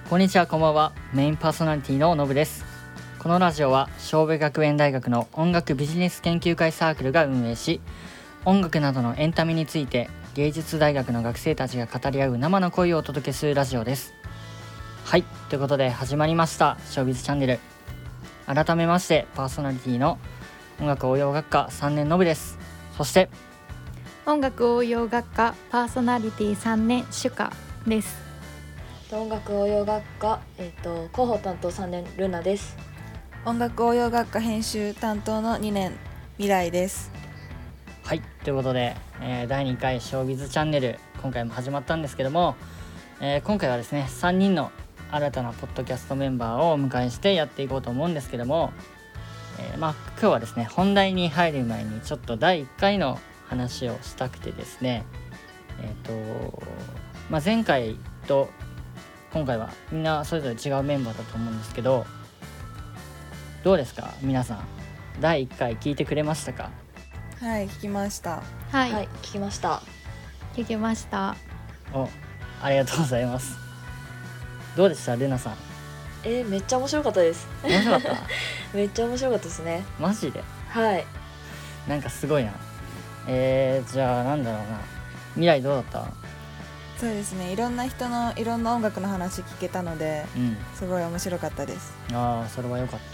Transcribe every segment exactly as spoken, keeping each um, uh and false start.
こんにちは、こんばんは。メインパーソナリティののぶです。このラジオは尚部学園大学の音楽ビジネス研究会サークルが運営し、音楽などのエンタメについて芸術大学の学生たちが語り合う生の声をお届けするラジオです。はい、ということで始まりましたショービズチャンネル。改めましてパーソナリティの音楽応用学科さんねんのぶです。そして音楽応用学科パーソナリティさんねんシュカです。 音楽応用学科、えー、と広報担当さんねんルナです。 音楽応用学科編集担当のにねん未来です。 はい、ということで、えー、だいにかいショービズチャンネル、今回も始まったんですけども、えー、今回はですねさんにんの新たなポッドキャストメンバーをお迎えしてやっていこうと思うんですけども、えー、まあ今日はですね本題に入る前にちょっとだいいっかいの話をしたくてですね、えっとまあ前回と今回はみんなそれぞれ違うメンバーだと思うんですけど、どうですか皆さん、だいいっかい聞いてくれましたか？ はい、聞きました。 はい、 はい、聞きました。 聞きました。 お、ありがとうございます。どうでしたルナさん？ えー、めっちゃ面白かったです。 面白かっためっちゃ面白かったですね。 マジで？ はい。 なんかすごいな。えー、じゃあなんだろうな、未来どうだった？ そうですね、いろんな人のいろんな音楽の話聞けたので、 うん、 すごい面白かったです。 ああ、それは良かった。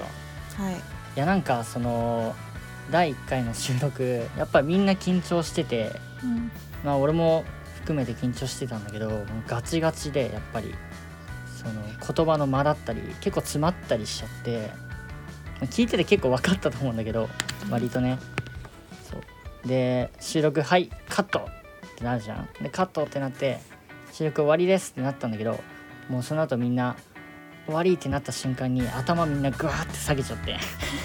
はい。 いやなんかそのだいいっかいの収録、やっぱりみんな緊張してて、 うん、 まあ俺も含めて緊張してたんだけど、もうガチガチでやっぱりその言葉の間だったり結構詰まったりしちゃって、聞いてて結構分かったと思うんだけど、割とね、そうで収録はいカットってなるじゃん。でカットってなって収録終わりですってなったんだけど、もうその後みんな終わりってなった瞬間に頭みんなグワーって下げちゃって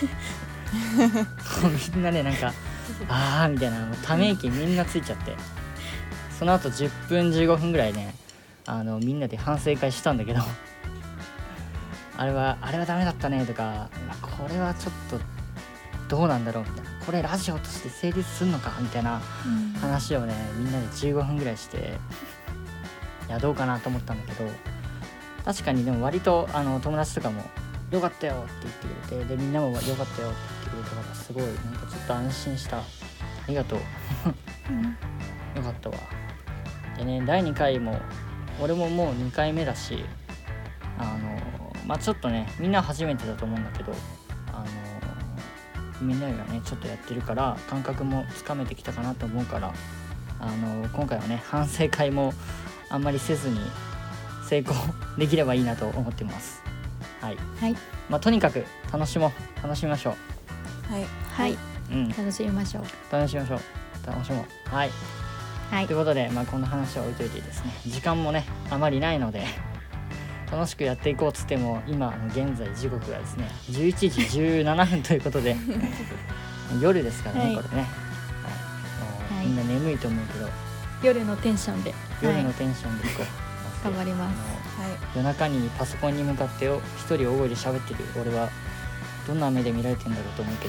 みんなねなんかあーみたいなため息みんなついちゃって、その後じゅっぷんじゅうごふんぐらいね、あのみんなで反省会したんだけどあれはあれはダメだったねとか、これはちょっとどうなんだろうみたいな、これラジオとして成立するのかみたいな話をね、みんなでじゅうごふんぐらいして、いやどうかなと思ったんだけど、確かにでも割とあの友達とかもよかったよって言ってくれて、でみんなもよかったよって言ってくれたから、すごいなんかちょっと安心した。ありがとうよかったわ。でね、だいにかいも俺ももうにかいめだし、あのまあちょっとねみんな初めてだと思うんだけど、あのみんながねちょっとやってるから感覚もつかめてきたかなと思うから、あの今回はね反省会もあんまりせずに成功できればいいなと思ってます。はい、 はい、 まあ、とにかく楽しもう楽しみましょう。はい、 はい、 う、うん、 楽しみましょう。 楽しみましょう楽しもう。はい、 はい、 ということで、まあ、この話は置いといてですね、時間もねあまりないので楽しくやっていこうっつっても、今の現在時刻がですねじゅういちじじゅうななふんということで夜ですからね、はい、これね、はい、もうみんな眠いと思うけど、 夜のテンションで夜のテンションでいこう、はい、 頑張ります。 はい、 夜中にパソコンに向かって一人大声で喋ってる俺はどんな目で見られてんだろうと思うけど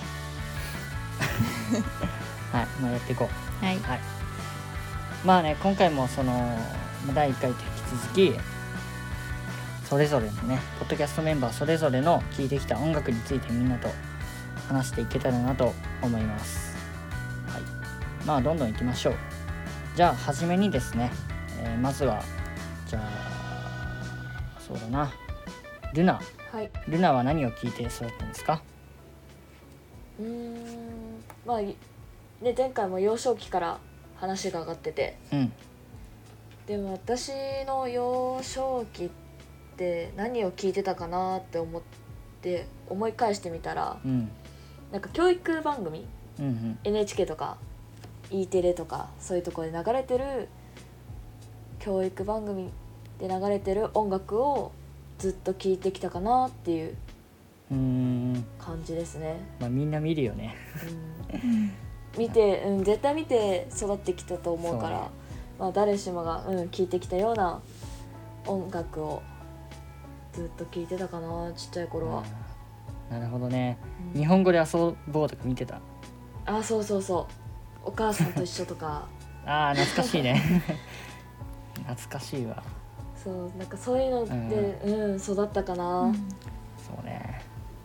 はい、まあ、やっていこう。 はい、 はい、まあね今回もそのだいいっかいと引き続きそれぞれのねポッドキャストメンバーそれぞれの聴いてきた音楽についてみんなと話していけたらなと思います。はい、まあどんどんいきましょう。じゃあ初めにですね、えー、まずはじゃあそうだな、ルナ、 はい、 ルナは何を聞いて育ったんですか？ うーんまあね、前回も幼少期から話が上がってて、 うん、 でも私の幼少期って何を聞いてたかなって思って思い返してみたら、 うん、 なんか教育番組、 うんうん、 エヌエイチケー とか E テレとかそういうところで流れてる教育番組で流れてる音楽をずっと聴いてきたかなっていううーん、 感じですね。 まあみんな見るよね、 うん、見て、うん、絶対見て育ってきたと思うから、 そうね、 まあ、誰しもが、うん、聴いてきたような音楽をずっと聴いてたかな、ちっちゃい頃は。 なるほどね、 うん、 日本語で遊ぼうとか見てた？ あ、そうそうそう、お母さんと一緒とかああ懐かしいね懐かしいわ。 そそうなんかそういうので、うん、うん、育ったかな、 うんそうね。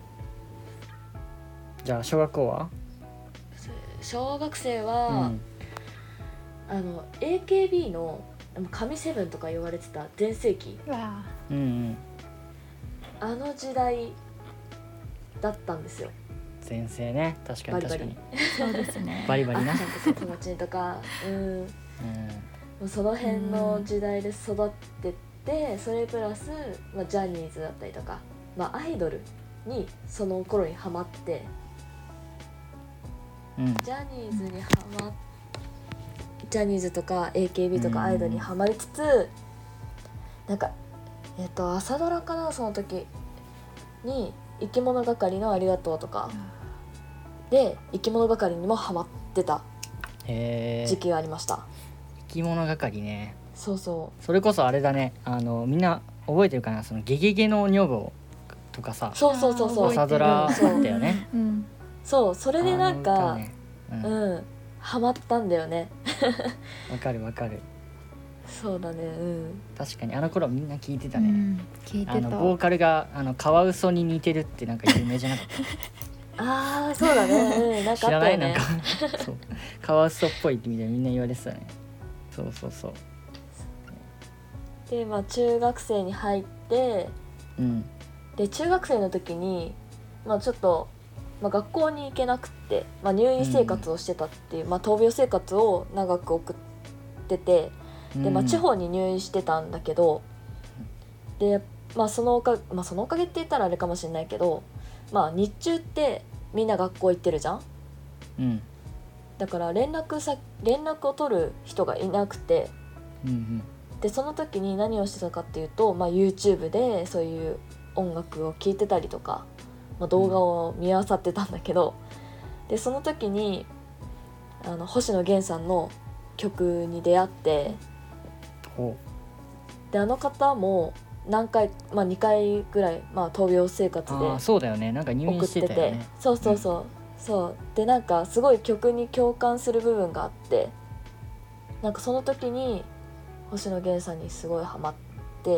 じゃあ小学校は？ 小学生うは、 んあの エーケービー の神セブンとか言われてた全盛期、 うわうんうんあの時代だったんですよ。 先生ね、確かに確かにーそうですねバリバリなあっちゃんとか友達とか、うん、もううその辺の時代で育ってって、それプラス、まあ、ジャニーズだったりとか、まあ、アイドルにその頃にハマって、 んうんジャニーズにハマっジャニーズとか エーケービー とかアイドルにハマりつつ、なんかえっと朝ドラかな、その時に生き物係のありがとうとかで生き物係にもハマってたへえ時期がありました。 生き物係ね。 そうそそれこそあれだね、あのみんな覚えてるかな、そのゲゲゲの女房とかさう、そうそうそうそう、 朝ドラそうだったよね。 うんそうそれでなんあのか歌ねうんうんハマったんだよね。 わかるわかる。 そうだね、うん確かにあの頃みんな聞いてたね、 うん聞いてたあのボーカルがあのカワウソに似てるってなんか有名じゃなかっああそうだね、うん、なんた？ か知らない？なんあったよねかそうカワウソっぽいってみたいなみんな言われてたね。そうそうそうで、まあ、中学生に入ってうんで中学生の時に、まあ、ちょっと、まあ、学校に行けなくって、まあ、入院生活をしてたっていう、まあ、闘病生活を長く送ってて、で、まあ、地方に入院してたんだけど、で、まあ、そのおか、まあ、そのおかげって言ったらあれかもしれないけど、まあ、日中ってみんな学校行ってるじゃん。 うんだから連絡さ連絡を取る人がいなくて、 うんうんでその時に何をしてたかっていうと、まあ、YouTube でそういう音楽を聴いてたりとか、まあ、動画を見漁ってたんだけど、でその時にあの星野源さんの曲に出会って、 ほであの方も何回、まあ、にかいぐらい、まあ、闘病生活でうああそうだよね、なんか入院送っしてててたよね。 そうそうそう、そうでなんかすごい曲に共感する部分があって、なんかその時に星野源さんにすごいハマって、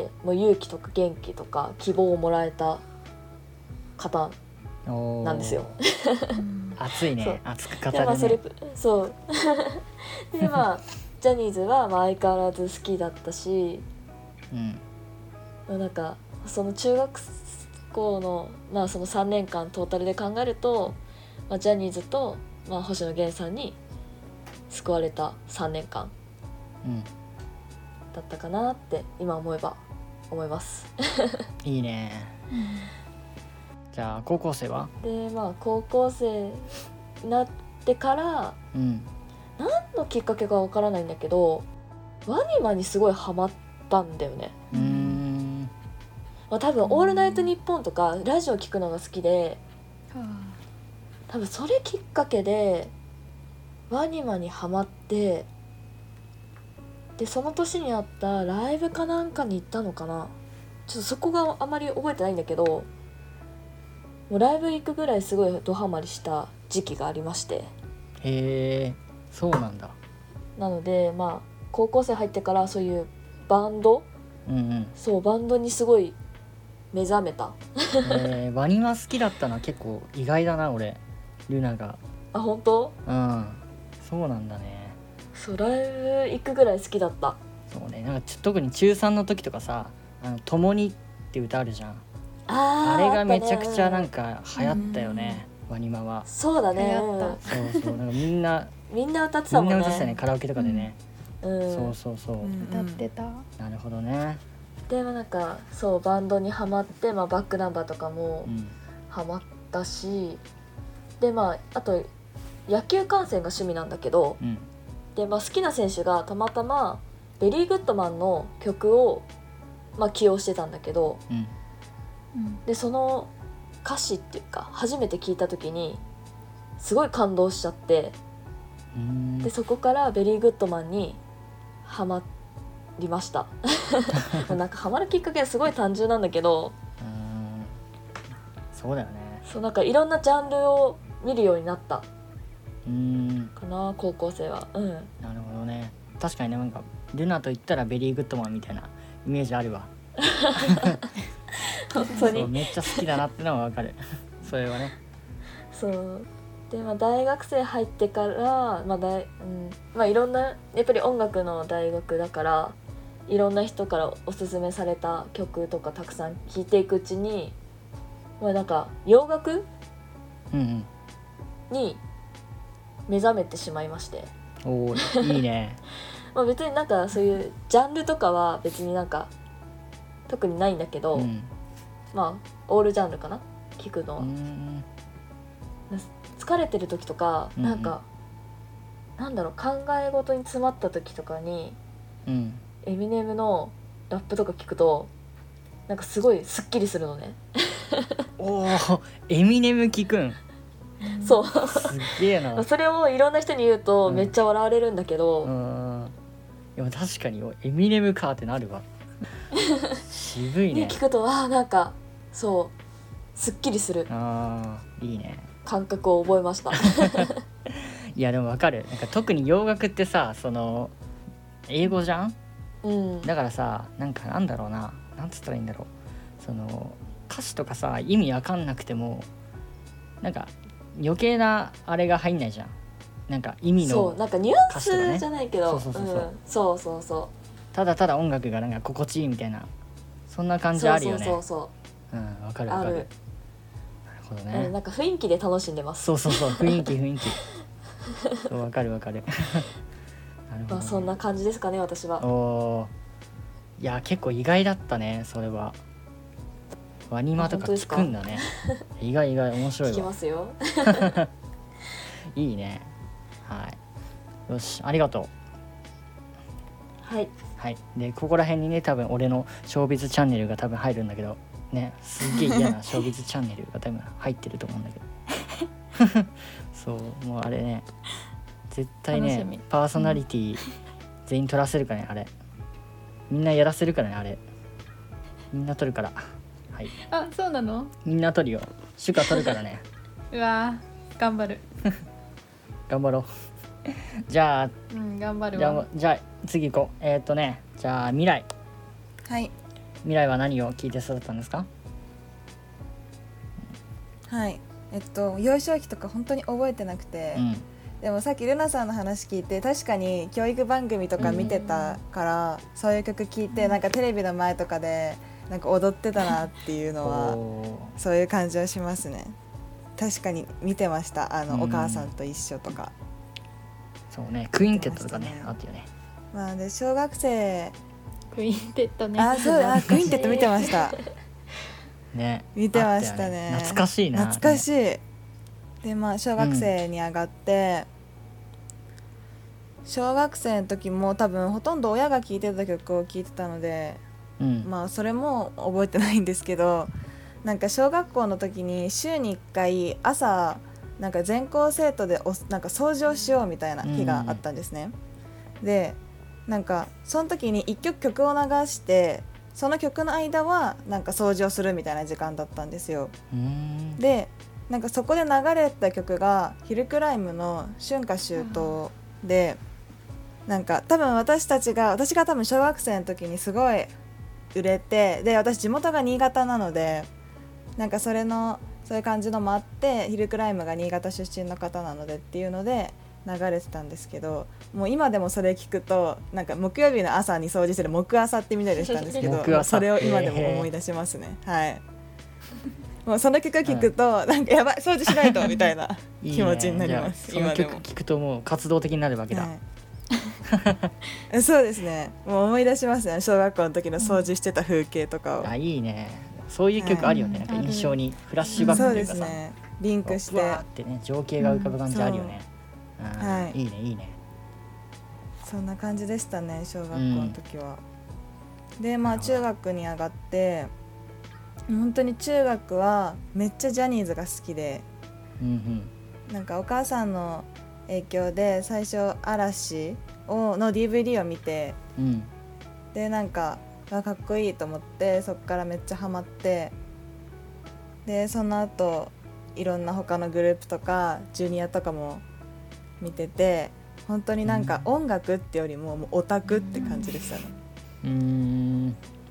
もう勇気とか元気とか希望をもらえた方おーなんですよ。 うん熱いそうね、熱く語でまあそれるね。 そうでまあジャニーズはまあ相変わらず好きだったし、 うんまあなんかその中学校の、まあ、そのさんねんかんトータルで考えると、まあ、ジャニーズと、まあ、星野源さんに救われたさんねんかんうんだったかなって今思えば思います。 いいね。じゃあ高校生は？ でまあ高校生になってからうん何のきっかけかわからないんだけどワニマにすごいハマったんだよね。 うーんまあ、多分「オールナイトニッポン」とかラジオ聞くのが好きで、 は多分それきっかけでワニマにハマって、でその年にあったライブかなんかに行ったのかな、ちょっとそこがあまり覚えてないんだけど、もうライブ行くぐらいすごいドハマりした時期がありまして、 へえそうなんだ。 なのでまあ高校生入ってからそういうバンドうんうんそうバンドにすごい目覚めた。 えー、ワニマ好きだったのは結構意外だな俺。ルナがあ本当？ うんそうなんだね。 そうライブ行くぐらい好きだった。 そうね、なんかちょ特に中さんの時とかさ「あの共に」って歌あるじゃん。 あーあれがめちゃくちゃなんかか流行ったよね、ワニマは。 そうだね、 流行ったそうそうなんかみんなみんな歌ってみんたもんね。 な歌ってたね、カラオケとかでね、 うん、 そうそうそう、 うん歌ってた。 なるほどね。 でもなんかそうバンドにハマって、まあ、バックナンバーとかもうんハマったし、でまああと野球観戦が趣味なんだけど、 うんで、まあ、好きな選手がたまたまベリーグッドマンの曲を、まあ、起用してたんだけど、 うんうんでその歌詞っていうか初めて聞いた時にすごい感動しちゃって、 うーんでそこからベリーグッドマンにハマりましたもうなんかハマるきっかけはすごい単純なんだけど、 うーんそうだよね。 そうなんかいろんなジャンルを見るようになったうーんかな高校生は。うんなるほどね。確かにね、なんかルナと言ったらベリーグッドマンみたいなイメージあるわ。 本当にそうめっちゃ好きだなってのはわかるそれはね。 そうで、まあ、大学生入ってから、まあ大うんまあ、いろんなやっぱり音楽の大学だからいろんな人からおすすめされた曲とかたくさん聴いていくうちに、まあ、なんか洋楽うんに目覚めてしまいまして、 うん、おーいいねまあ別になんかそういうジャンルとかは別になんか特にないんだけど、 うんまあオールジャンルかな聞くのは、 うん疲れてる時とか、 うんなんかなんだろう考え事に詰まった時とかにうんエミネムのラップとか聞くとなんかすごいスッキリするのね。 おーエミネム聞くんそうすっげえなそれをいろんな人に言うとうんめっちゃ笑われるんだけど、 うんでも確かにエミネムかってなるわ渋いねね聞くとあーなんかそうすっきりするあーいいね。 感覚を覚えました。 いやでもわかる。なんか特に洋楽ってさその英語じゃん。 うんだからさなんかなんだろうななんつったらいいんだろう、その歌詞とかさ意味わかんなくてもなんか余計なあれが入んないじゃん。なんか意味のそうなんかニュアンスじゃないけど、 歌詞とかねそうそうそうそうんそうそうそただただ音楽がなんか心地いいみたいなそんな感うじあるよね。 そうそううんわかるそうある、 わかる。なるほどうんね。 なんか雰囲気で楽しんでます。 そうそうそう雰囲気雰囲気そうわかるわかるなるほど、ね、 まあそんな感じですかね私は。 おーいや結構意外だったねそれは。ワニマとか聞くんだね。意外意外面白いわ。 聞きますよ。 いいね。はいよしありがとう。 はいはいでここら辺にね多分俺のショービズチャンネルが多分入るんだけどねすっげえ嫌なショービズチャンネルが多分入ってると思うんだけどそうもうあれね絶対ね楽しみパーソナリティ全員撮らせるからねあれみんなやらせるからねあれみんな撮るからはいあそうなの。 みんな撮るよシュカ撮るからねうわー頑張る。 頑張ろうじゃあうん頑張るじゃあわ。 じゃあ次行こう。えーっとねじゃあ未来はい未来は何を聞いて育ったんですか？ はいえっと幼少期とか本当に覚えてなくて、 うんでもさっきルナさんの話聞いて確かに教育番組とか見てたから、そういう曲聞いてなんかテレビの前とかでなんか踊ってたなっていうのはおそういう感じはしますね。確かに見てましたあの、 うんお母さんと一緒とか。 ーそうねクインテットとかね見てまあったよね。 まあで小学生クインテットね。 あそうあクインテット見てましたね見てましたあったよね懐かしいな。 懐かしいでまあ小学生に上がって、小学生の時も多分ほとんど親が聴いてた曲を聴いてたのでうんまあそれも覚えてないんですけど、なんか小学校の時に週にいっかい朝なんか全校生徒でおなんか掃除をしようみたいな日があったんですね、でなんかその時にいっきょく曲を流してその曲の間はなんか掃除をするみたいな時間だったんですよ。 うーんでなんかそこで流れた曲がヒルクライムの春夏秋冬で、なんか多分私たちが私が多分小学生の時にすごい売れて、で私地元が新潟なのでなんかそれのそういう感じのもあってヒルクライムが新潟出身の方なのでっていうので流れてたんですけど、もう今でもそれ聞くとなんか木曜日の朝に掃除する木朝ってみたいでしたんですけど木朝もうそれを今でも思い出しますね。はいもうその曲聞くと、なんかやばい掃除しないとみたいないいね気持ちになります。 じゃあその今でも曲聞くともう活動的になるわけだ。 はい、そうですねもう思い出しますね小学校の時の掃除してた風景とかを、 あいいねそういう曲あるよね、 はいなんか印象にフラッシュバッそうクというかさ、 ですねリンクしてうわーってね情景が浮かぶ感じあるよね、うんはいいいねいいね。 そんな感じでしたね小学校の時は、でまあ中学に上がって本当に中学はめっちゃジャニーズが好きで、 うんなんかお母さんの影響で最初嵐をの ディーブイディー を見て、 うんうんでなんかあかっこいいと思ってそっからめっちゃハマって、でその後いろんな他のグループとかジュニアとかも見てて、本当になんか音楽ってよりももうオタクって感じでしたね。 うーん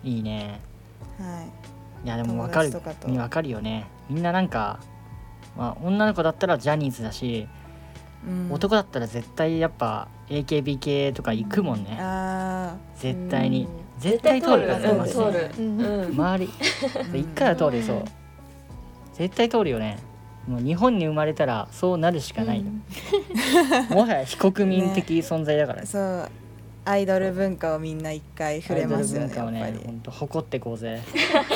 いいね。 はいやでも分かる友達とかと分かるよね。みんななんか、まあ、女の子だったらジャニーズだし、 い、うん、 男だったら絶対やっぱ エーケービー 系とか行くもんね、 あ絶対に、 うん絶対通るよね、 うんマジで通るうんうん周りー一回は通るよ、そううん絶対通るよね。もう日本に生まれたらそうなるしかないよ、 うんもはや非国民的存在だからね。 そうアイドル文化をみんな一回触れますよね、 アイドル文化をやっぱり。 ねほんと誇ってこうぜ。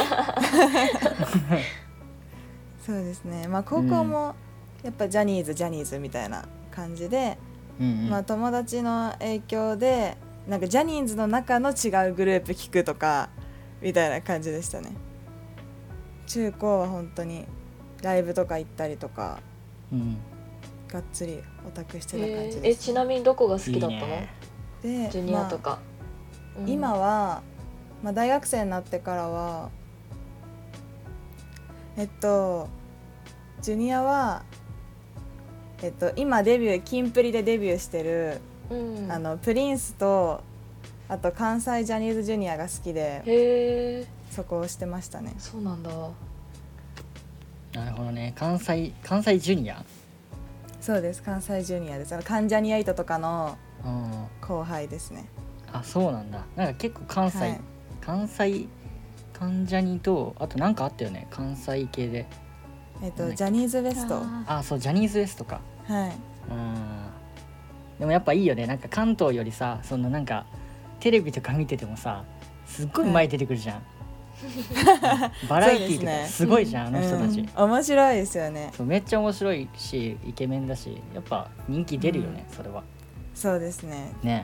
そうですね、まあ高校もやっぱジャニーズジャニーズみたいな感じで、 うんうん、 まあ友達の影響でなんかジャニーズの中の違うグループ聞くとかみたいな感じでしたね。中高は本当にライブとか行ったりとかうん、 がっつりオタクしてた感じえーえです、 ちなみにどこが好いいきだったの？ ね。 でジュニアとまあか、うん今は、まあ、大学生になってからはえっとジュニアはえっと今デビューキンプリでデビューしてる、 うん、 あのプリンスとあと関西ジャニーズジュニアが好きでへえそこをしてましたね。 そうなんだ。 なるほどね。関西関西ジュニア、 そうです、関西ジュニアです。あの関ジャニエイトとかのうん後輩ですね。 あそうなんだ。なんか結構関西、 はい関西関ジャニとあとなんかあったよね、関西系で。 えっとなんだっけジャニーズ WEST はあそうジャニーズ WEST か。 いうんでもやっぱいいよね。なんか関東よりさ、そのなんかテレビとか見ててもさすっごい前出てくるじゃん、バラエティーとかそうですねすごいじゃん、あの人たち、 うん面白いですよね。 そうめっちゃ面白いしイケメンだし、やっぱ人気出るよね、それはそうですね。 ね。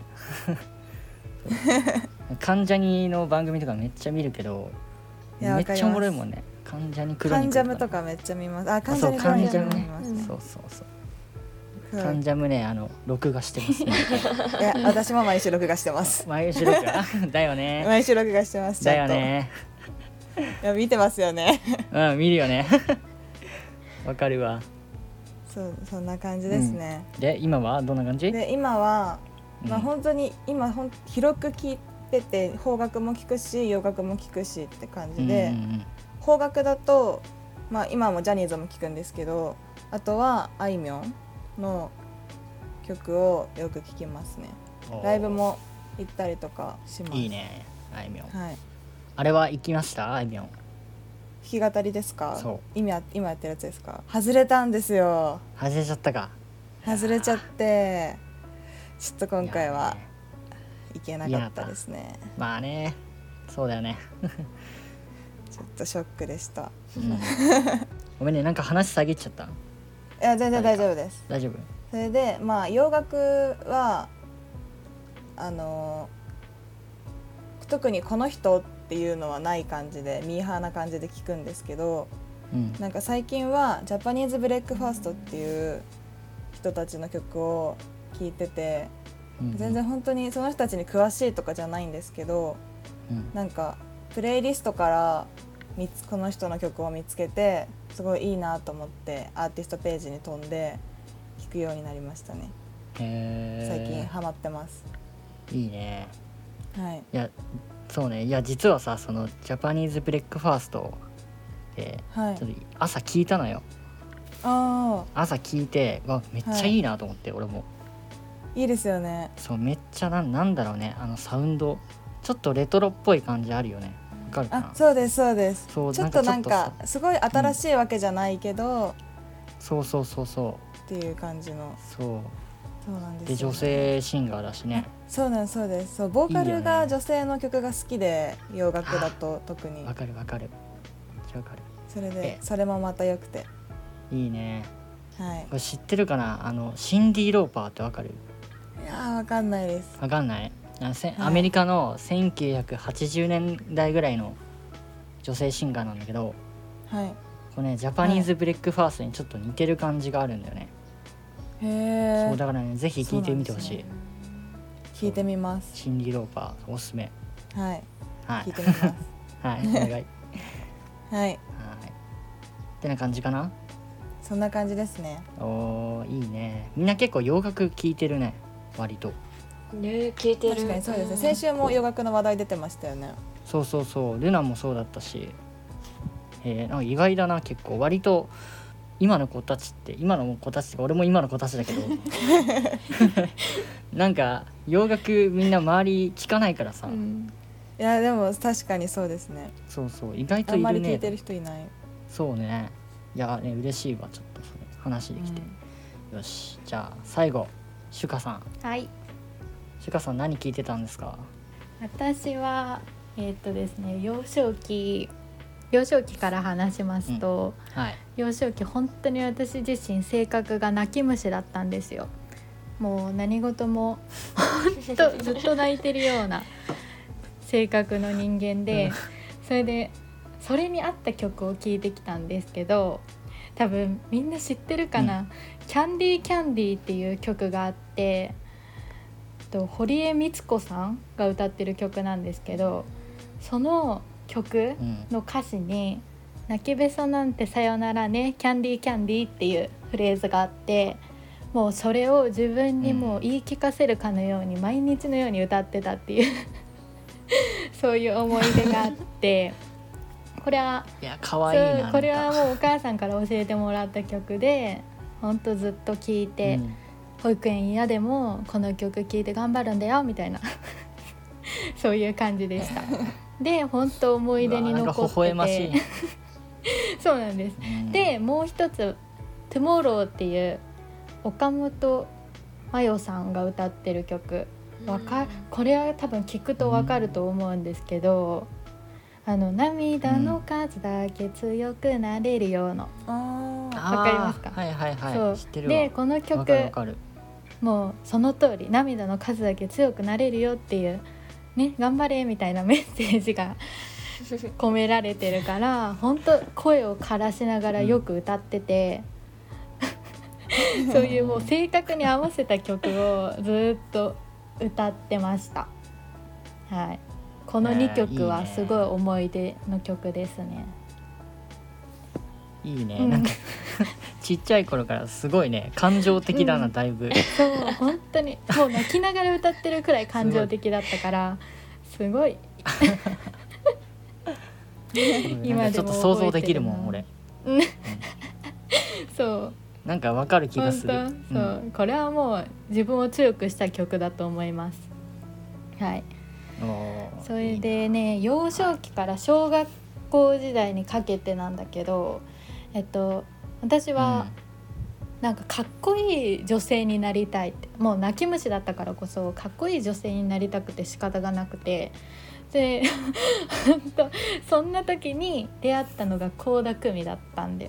関ジャニの番組とかめっちゃ見るけどいやめっちゃおもろいもんね。関ジャニクロニクル関ジャムとかめっちゃ見ます。あ、関ジャムそう関ジャム見ねますね。 そうそうそうそう関ジャムね、あの録画してますね。 いや私も毎週録画してます。 毎週録画だよね。 毎週録画してます。ちだゃんとよね。 いや見てますよね。 うん見るよね。わかるわ。 そうそんな感じですね。 で今はどんな感じ？ で今はまあうん本当に今ほん広く聞いてて邦楽も聞くし洋楽も聞くしって感じで、 うんうん邦楽だとまあ今もジャニーズも聞くんですけど、あとはあいみょんの曲をよく聞きますね。 うんライブも行ったりとかします。 いいね。あいみょん。 はい。 あれは行きました？あいみょん。 弾き語りですか？ そう今今やってるやつですか？外れたんですよ。 外れちゃったか。 外れちゃってちょっと今回はいやーね行けなかったですね。 まあね。そうだよね。 ちょっとショックでした。 うんごめんね、なんか話下げちゃった。 いや全然大丈夫です。 大丈夫？ それでまあ洋楽はあの特にこの人っていうのはない感じでミーハーな感じで聞くんですけど、 うん。 なんか最近はジャパニーズブレックファーストっていう人たちの曲を聴いてて、 うん全然本当にその人たちに詳しいとかじゃないんですけど、 うんなんかプレイリストから見つこの人の曲を見つけてすごいいいなと思ってアーティストページに飛んで聴くようになりましたね。 へー最近ハマってます。 いいね。 はい。 いやそうね。いや実はさ、そのジャパニーズブレックファーストではいちょっと朝聞いたのよ。 あ朝聞いてわめっちゃいいなと思って、俺もあいいですよね。 そうめっちゃなんなんだろうね、あのサウンドちょっとレトロっぽい感じあるよね。わかるかな？ あそうですそうです。 そうちょっとなんなんかかちょっとすごい新しいわけじゃないけど、 そうそうそうそっていう感じの。 うそうそうなんですよね、 で女性シンガーだしね。 そうなんそうです。そうボーカルいいよねが女性の曲が好きで洋楽だと特にわかるわかるわかる。 それえでそれもまた良くて、 いいね。 はい。 これ知ってるかな、あのシンディ・ローパーってわかる？ いやーわかんないです。 わかんない？あのせはいアメリカのせんきゅうひゃくはちじゅうねんだいぐらいの女性シンガーなんだけど、 はい。 これねジャパニーズブレックファーストにちょっと似てる感じがあるんだよね。 へえ。 そうだからねぜひ聞いてみてほしい。 そうなん聞いてみます。 シンディ・ローパーおすすめ。 はい。 はい聞いてみます。 はいお願い。はい。 はい。 ってな感じかな。 そんな感じですね。 おーいいね。みんな結構洋楽聞いてるね割と。 ね聞いてる。 確かにそうですね。 ん先週も洋楽の話題出てましたよね。 そうそうそう、ルナもそうだったし、えー、なんか意外だな。結構割と今の子たちって今の子たちとか俺も今の子たちだけどなんか洋楽みんな周り聞かないからさ、 うん、いやでも確かにそうですね。 そうそう意外とあんいるね。 まり聞いてる人いない。 そうね。いやね嬉しいわ、ちょっとそれ話できて、うん、よし、じゃあ最後シュカさん。 はい、 シュカさん何聞いてたんですか？ 私はえーっとですね幼少期幼少期から話しますと、 うん、はい、 幼少期本当に私自身性格が泣き虫だったんですよ。もう何事も本当ずっと泣いてるような性格の人間で、それでそれに合った曲を聴いてきたんですけど、多分みんな知ってるかな、うん、キャンディーキャンディーっていう曲があって、と堀江光子さんが歌ってる曲なんですけど、その曲の歌詞に、うん、泣きべそなんてさよならねキャンディーキャンディーっていうフレーズがあって、もうそれを自分にも言い聞かせるかのように毎日のように歌ってたっていうそういう思い出があって、これはいや可愛いな、 これはもうお母さんから教えてもらった曲で、ほんとずっと聴いて、うん、保育園嫌でもこの曲聴いて頑張るんだよみたいなそういう感じでしたで本当思い出に残ってて、微笑ましいそうなんです、うん、でもう一つトゥモローっていう岡本真代さんが歌ってる曲、わかこれは多分聞くと分かると思うんですけど、うん、あの涙の数だけ強くなれるような、うん、わかりますか？ はいはいはい、 そう知ってるわ。 でこの曲わかるわかる、 もうその通り涙の数だけ強くなれるよっていうね、頑張れみたいなメッセージが込められてるから本当声を枯らしながらよく歌ってて、うん、そういうもう性格に合わせた曲をずっと歌ってました。はい、このにきょくはすごい思い出の曲ですね。 いいね、 うん、 なんかちっちゃい頃からすごいね感情的だな、うん、だいぶ。 そう本当にもう泣きながら歌ってるくらい感情的だったからすごい今でもちょっと想像できるもん俺、うん、 そうなんかわかる気がする。 そう、うん、これはもう自分を強くした曲だと思います。はい、それでね、幼少期から小学校時代にかけてなんだけど、えっと私はなんかかっこいい女性になりたいって、もう泣き虫だったからこそかっこいい女性になりたくて仕方がなくて、でそんな時に出会ったのが倖田來未だったんだよ。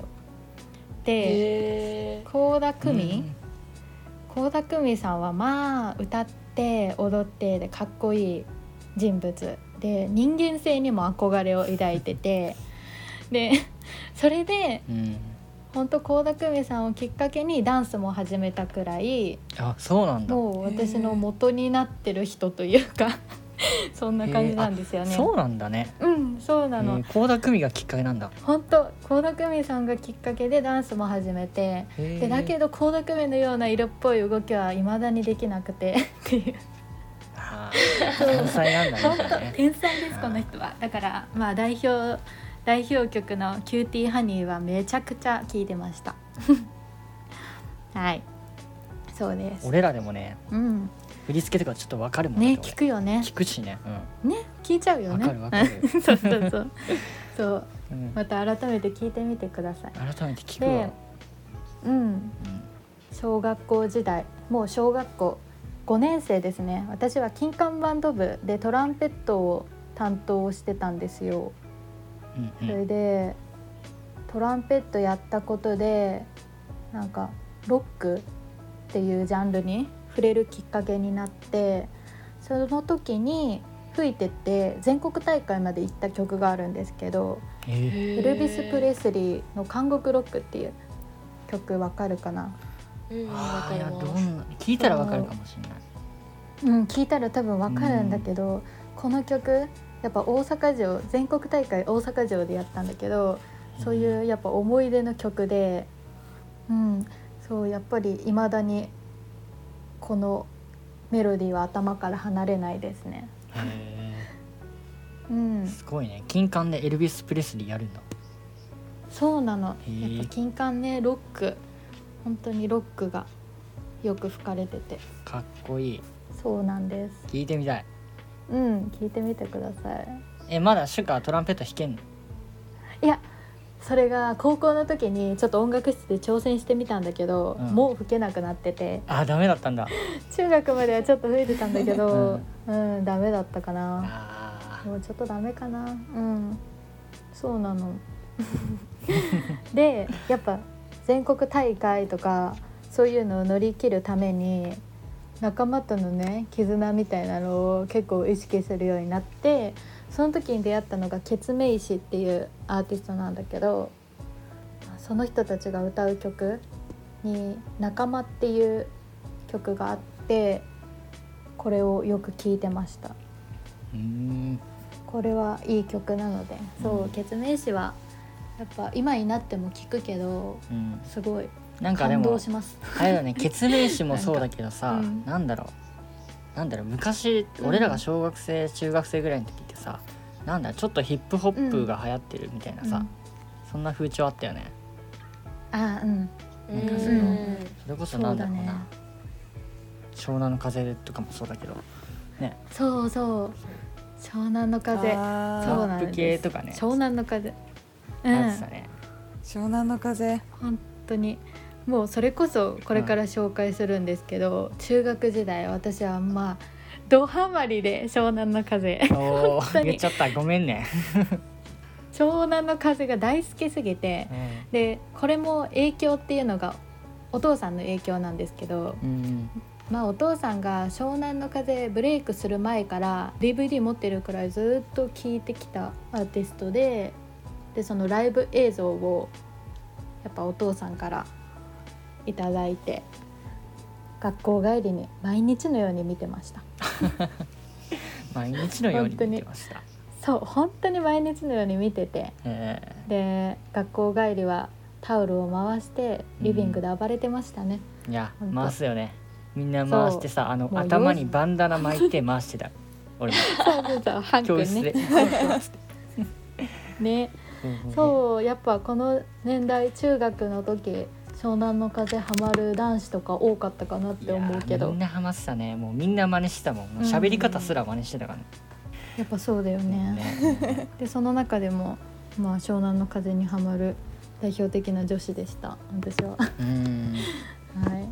で倖田來未倖田來未さんはまあ歌って踊ってでかっこいい人物で、人間性にも憧れを抱いててでそれで、うん、本当倖田來未さんをきっかけにダンスも始めたくらい、 あ、そうなんだ、 もう私の元になってる人というかそんな感じなんですよね。 そうなんだね。 うん、そうなの。 倖田來未がきっかけなんだ。 本当倖田來未さんがきっかけでダンスも始めて、でだけど倖田來未のような色っぽい動きは未だにできなくてっていうあ天才なんだね。 本当天才ですこの人は。だからまあ代表代表曲のキューティーハニーはめちゃくちゃ聴いてましたはい、そうです。 俺らでもね、うん、振り付けとかちょっと分かるもんね。聞くよね。 聞くしね、 うん、ね、聞いちゃうよね。 分かる分かるそうそうそうそう、うん、また改めて聞いてみてください。 改めて聞くわ。 うん、うん、小学校時代、もう小学校ごねん生ですね。私は金管バンド部でトランペットを担当してたんですよ、うんうん、それでトランペットやったことでなんかロックっていうジャンルに触れるきっかけになって、その時に吹いてって全国大会まで行った曲があるんですけど、エルビス・プレスリーの監獄ロックっていう曲わかるかな。 うん、わかる。 どんな聞いたらわかるかもしれない。 うん、聞いたら多分わかるんだけど、この曲やっぱ大阪城全国大会大阪城でやったんだけど、そういうやっぱ思い出の曲で、うん、そうやっぱり未だにこのメロディーは頭から離れないですね。 へうんすごいね。金管でエルビス・プレスリーやるんだ。 そうなの。 へーやっぱ金管ね、ロック、本当にロックがよく吹かれてて、 かっこいい。 そうなんです。 聞いてみたい。 うん聞いてみてください。 えまだシュカトランペット弾けんの？ いやそれが高校の時にちょっと音楽室で挑戦してみたんだけど、 うんもう吹けなくなってて、 あダメだったんだ。 中学まではちょっと吹いてたんだけど、うんダメだったかな。 あもうちょっとダメかな。うんそうなのでやっぱ全国大会とかそういうのを乗り切るために仲間とのね絆みたいなのを結構意識するようになって、その時に出会ったのがケツメイシっていうアーティストなんだけど、その人たちが歌う曲に仲間っていう曲があって、これをよく聴いてました。 ーうーんこれはいい曲なので、そう、 うんケツメイシはやっぱ今になっても聴くけどうんすごいなんかで感動もしますあれだね、ケツメイシもそうだけどさ、 なんかうんなんだろうなんだろう昔うん俺らが小学生、中学生ぐらいの時ってさ、なんだちょっとヒップホップが流行ってるみたいなさ、 うんそんな風潮あったよね。 あうんなんかそのうんそれこそそうだねなんだろうな、湘南の風とかもそうだけどね、 そうそう湘南の風あーそうなんです。 ラップ系とかね湘南の風うんあってたね。 湘南の風。 本当にもうそれこそこれから紹介するんですけど、中学時代私はまあドハマりで湘南の風お本当にー言っちゃったごめんね。 湘南の風が大好きすぎて、でこれも影響っていうのがお父さんの影響なんですけど、 うんまあお父さんが湘南の風ブレイクする前から ディーブイディー 持ってるくらいずっと聴いてきたアーティストで、でそのライブ映像をやっぱお父さんからいただいて、学校帰りに毎日のように見てました。 毎日のように見てました。 そう本当に毎日のように見てて、 えで学校帰りはタオルを回してリビングで暴れてましたね、 ーいやほんと回すよね。みんな回してさ、あのもう頭にバンダナ巻いて回してた。俺もそうそうそうハン君教室で。 ねねそうやっぱこの年代中学の時湘南の風ハマる男子とか多かったかなって思うけど、 いやみんなハマってたね。もうみんな真似してたもん。もう喋り方すら真似してたからね。 やっぱそうだよね。 ねでその中でも、まあ、湘南の風にハマる代表的な女子でした私は。 うんはい、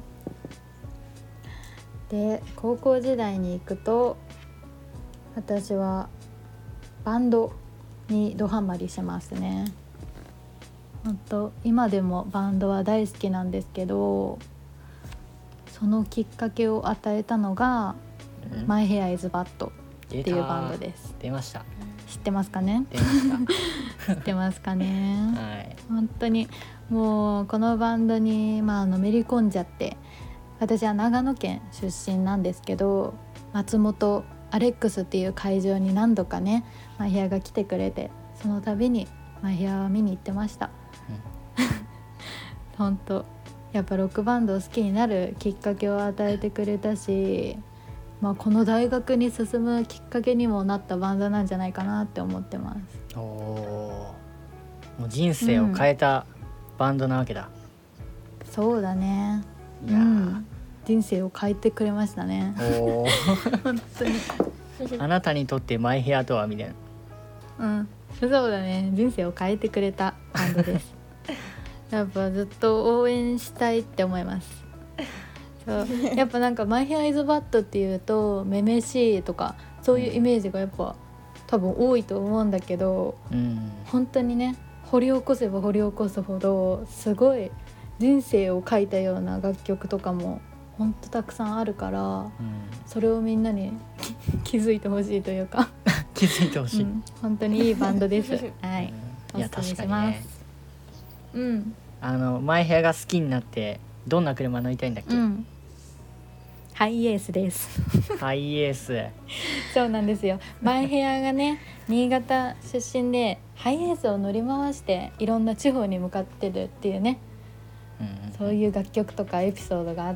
で高校時代に行くと私はバンドにドハマりしますね。本当今でもバンドは大好きなんですけど、そのきっかけを与えたのがうん My Hair is Bad っ出ていうバンドです。 出ました知ってますかね？ 出まし知ってますかね？ た。はい本当にもうこのバンドに、まあ、のめり込んじゃって、私は長野県出身なんですけど、松本アレックスっていう会場に何度かねマイヘアが来てくれて、その度にマイヘアを見に行ってました。本当やっぱロックバンドを好きになるきっかけを与えてくれたし、まあ、この大学に進むきっかけにもなったバンドなんじゃないかなって思ってます。 おおーもう人生を変えたバンドなわけだ。 そうだね、 いやーうん、人生を変えてくれましたね。 おー本当にあなたにとってマイヘアとはみたいな。 うんそうだね、人生を変えてくれたバンドですやっぱずっと応援したいって思います。そうやっぱなんかマイヘアイズバッドっていうとめめしいとかそういうイメージがやっぱ多分多いと思うんだけど、 うん本当にね掘り起こせば掘り起こすほどすごい人生を書いたような楽曲とかも本当たくさんあるから、 うんそれをみんなに気づいてほしいというか、 気づいてほしい。 うん、本当にいいバンドです。はいうんいやお勧め確かにねします。うんあのマイヘアが好きになってどんな車乗りたいんだっけ、 うんハイエースですハイエース。 そうなんですよ。マイヘアがね新潟出身でハイエースを乗り回していろんな地方に向かってるっていうね、 うんそういう楽曲とかエピソードがあって、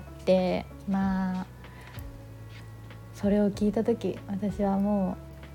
まあそれを聞いた時私はもう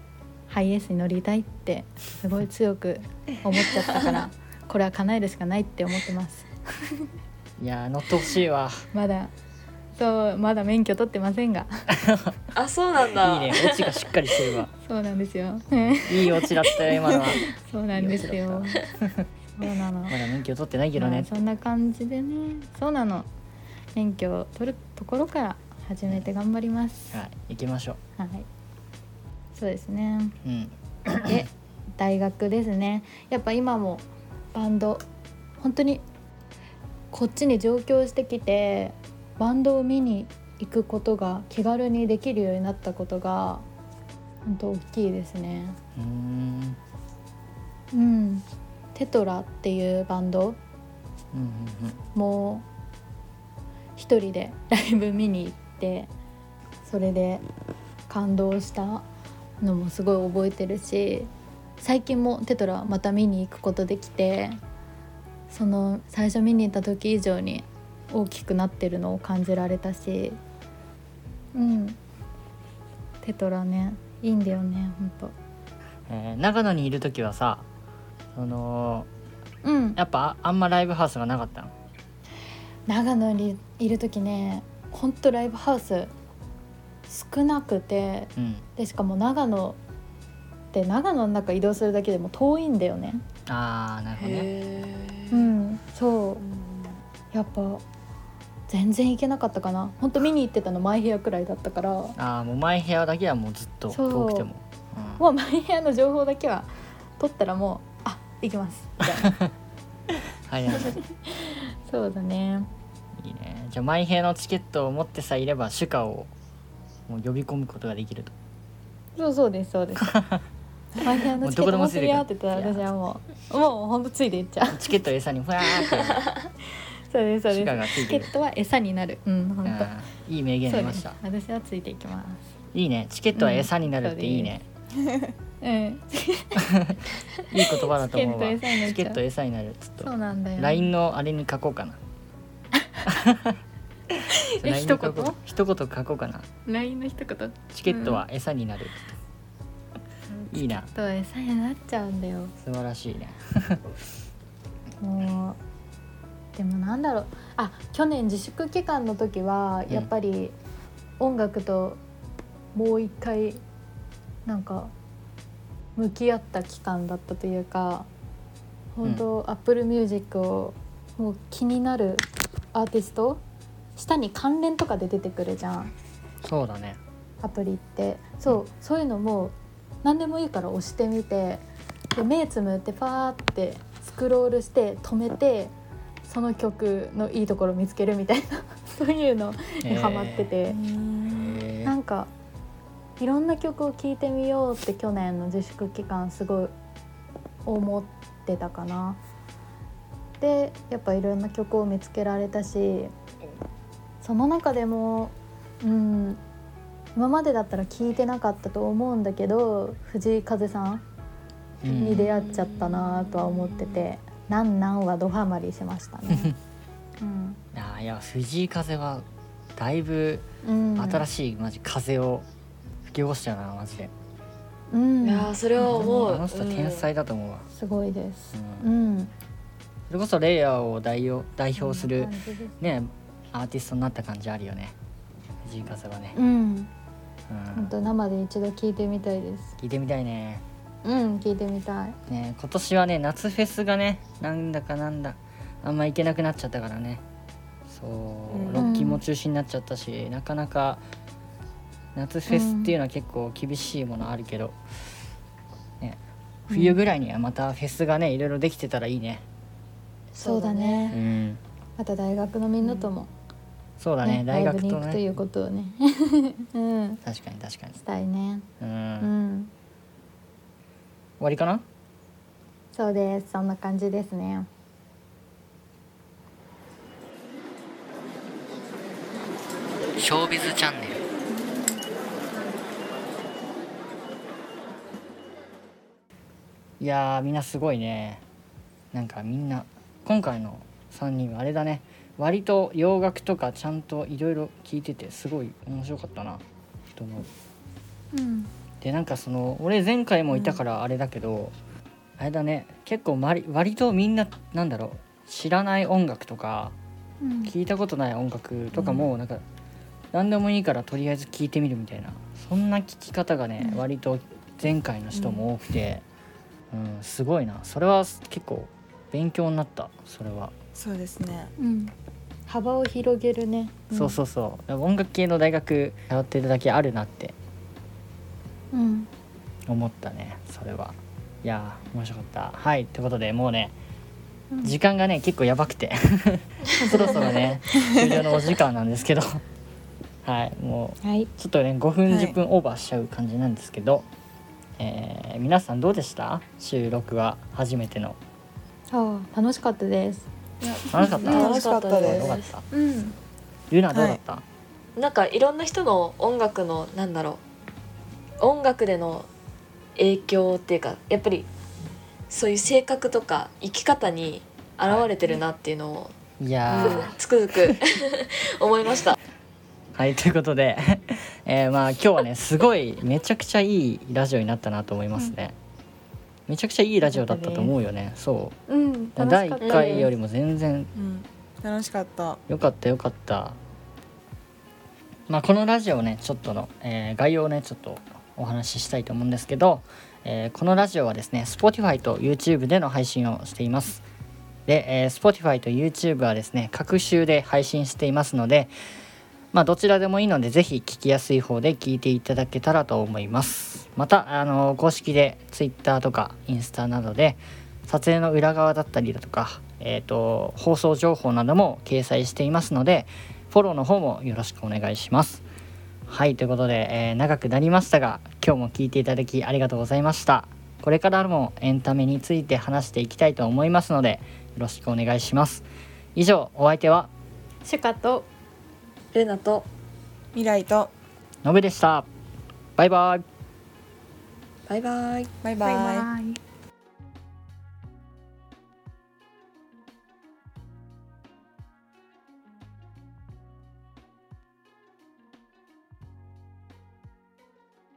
ハイエースに乗りたいってすごい強く思っちゃったからこれは叶えるしかないって思ってます。 いやー乗ってほしいわ。 まだそうまだ免許取ってませんがあ、そうなんだ。 いいね、オチがしっかりしてるわ。 そうなんですよいいオチだったよ今のは。 そうなんですよいいそうなのまだ免許取ってないけどね。 まあそんな感じでね、そうなの、免許を取るところから始めて頑張ります。 はい、行きましょはい、そうですね。 う。うん。 で大学ですね。やっぱ今もバンド本当にこっちに上京してきてバンドを見に行くことが気軽にできるようになったことが本当大きいですね。 うーん。 うんテトラっていうバンドうんうんも一人でライブ見に行ってそれで感動したのもすごい覚えてるし、最近もテトラまた見に行くことできて、その最初見に行った時以上に大きくなってるのを感じられたし、うんテトラねいいんだよねほんと。 えー長野にいる時はさ、そのうんやっぱあんまライブハウスがなかったの？ 長野にいる時ねほんとライブハウス少なくて、 うん。 でしかも長野って長野の中移動するだけでも遠いんだよね。 ああなるほどね。 へーうんそううんやっぱ全然行けなかったかな。ほんと見に行ってたのマイヘアくらいだったから、 ああもうマイヘアだけはもうずっとそう遠くても。うんもうマイヘアの情報だけは取ったらもうあ行きますみたいなはいはいはい。 そうだね。 いいね。じゃあマイヘアのチケットを持ってさえいればシュカをもう呼び込むことができると。 そうそうですそうですマイヘアのチケット持ってるよって言ったら私はもうもうほんとついていっちゃうチケットを餌にふわーって。 そうですそうシュカですがついてるチケットは餌になる。うんほんとあーいい名言そうです出ました。 私はついていきます。 いいね。チケットは餌になるっていいね。 うんいい言葉だと思うわ。 チケット餌になっちゃうチケット餌になる。ちょっそうとなんだよライン のあれに書こうかな。 えライン に書こう一言一言書こうかな。 ライン の一言チケットは餌になる。いいな。 と餌になっちゃうんだよ。 素晴らしいね。 もうでもなんだろう、あ去年自粛期間の時はうんやっぱり音楽ともう一回なんか向き合った期間だったというか、本当、Apple Music をもう気になるアーティスト下に関連とかで出てくるじゃんそうだね。 アプリって。そうそういうのも何でもいいから押してみて、で目つむってパーってスクロールして止めてその曲のいいところ見つけるみたいなそういうのにハマってて、 へーなんかいろんな曲を聴いてみようって去年の自粛期間すごい思ってたかな。でやっぱいろんな曲を見つけられたし、その中でもうん今までだったら聴いてなかったと思うんだけど藤井風さんうんに出会っちゃったなとは思ってて、なんなんはドハマりしましたね。うんあーいや藤井風はだいぶうん、 新しいマジ風を吹き起こしたよなマジで。 うん、 いやーそれは思う。 あの人天才だと思うわ。 すごいです。 ううんん、 それこそレイヤーを代表代表するそんな感じですねアーティストになった感じあるよね藤井風はね。 うん、 うん本当生で一度聞いてみたいです。 聞いてみたいね。 うん、聞いてみたい。 ね今年はね夏フェスがねなんだかなんだあんま行けなくなっちゃったからね。そう、 うんロッキンも中止になっちゃったし、なかなか夏フェスっていうのは結構厳しいものあるけど、ね、冬ぐらいにはまたフェスがねいろいろできてたらいいね。 そうだうね。 んまた大学のみんなとも、 そうだねね、 大学とライブに行くといねうことをね、うん、 確かに確かに。 したいね。 うん、 う終ん、 わりかな。 そうです。そんな感じですね。 ショービズチャンネル。いやーみんなすごいね。なんかみんな今回のさんにんはあれだね、割と洋楽とかちゃんといろいろ聞いててすごい面白かったなと思う。 うん、 でなんかその俺前回もいたからあれだけど、あれだね、結構割割とみんななんだろう、知らない音楽とかうん聞いたことない音楽とかもなんか何でもいいからとりあえず聞いてみるみたいな、そんな聞き方がね、 うん割と前回の人も多くて、うん、すごいな。それは結構勉強になった。それは、 そうですね。 うん、幅を広げるね。 そうそうそう、音楽系の大学通ってるだけあるなってうん思ったね。それはいやー面白かった。はいということでもうねうん時間がね結構やばくてそろそろね終了のお時間なんですけどはいもうはい。 ちょっとねごふんはいじゅっぷんオーバーしちゃう感じなんですけど、えー皆さんどうでした？収録は初めての。 ああ楽しかったです。 楽しかった。 うん楽しかったですよかった。 うん。 ルナどうだった？ なんかいろんな人の音楽のなんだろう音楽での影響っていうかやっぱりそういう性格とか生き方に現れてるなっていうのを、 いやー、 うんつくづく思いました。 はいということで、えーまあ今日はねすごいめちゃくちゃいいラジオになったなと思いますね。めちゃくちゃいいラジオだったと思うよね。そうんう。 楽だいいっしかったかいよりも全然うん、楽しかった。 よかったよかった。まあこのラジオねちょっとの、えー概要をねちょっとお話ししたいと思うんですけど、えーこのラジオはですね Spotify と YouTube での配信をしています。で、えー Spotify と YouTube はですね各週で配信していますので、まあどちらでもいいのでぜひ聞きやすい方で聞いていただけたらと思います。またあの公式で Twitter とかインスタなどで撮影の裏側だったりだとか、えーと放送情報なども掲載していますのでフォローの方もよろしくお願いします。はいということで、えー長くなりましたが今日も聞いていただきありがとうございました。これからもエンタメについて話していきたいと思いますのでよろしくお願いします。以上お相手はシュカとルナと未来とのぶでした。バイバイ。 バイバイ。 バイバイ。 バイバイ。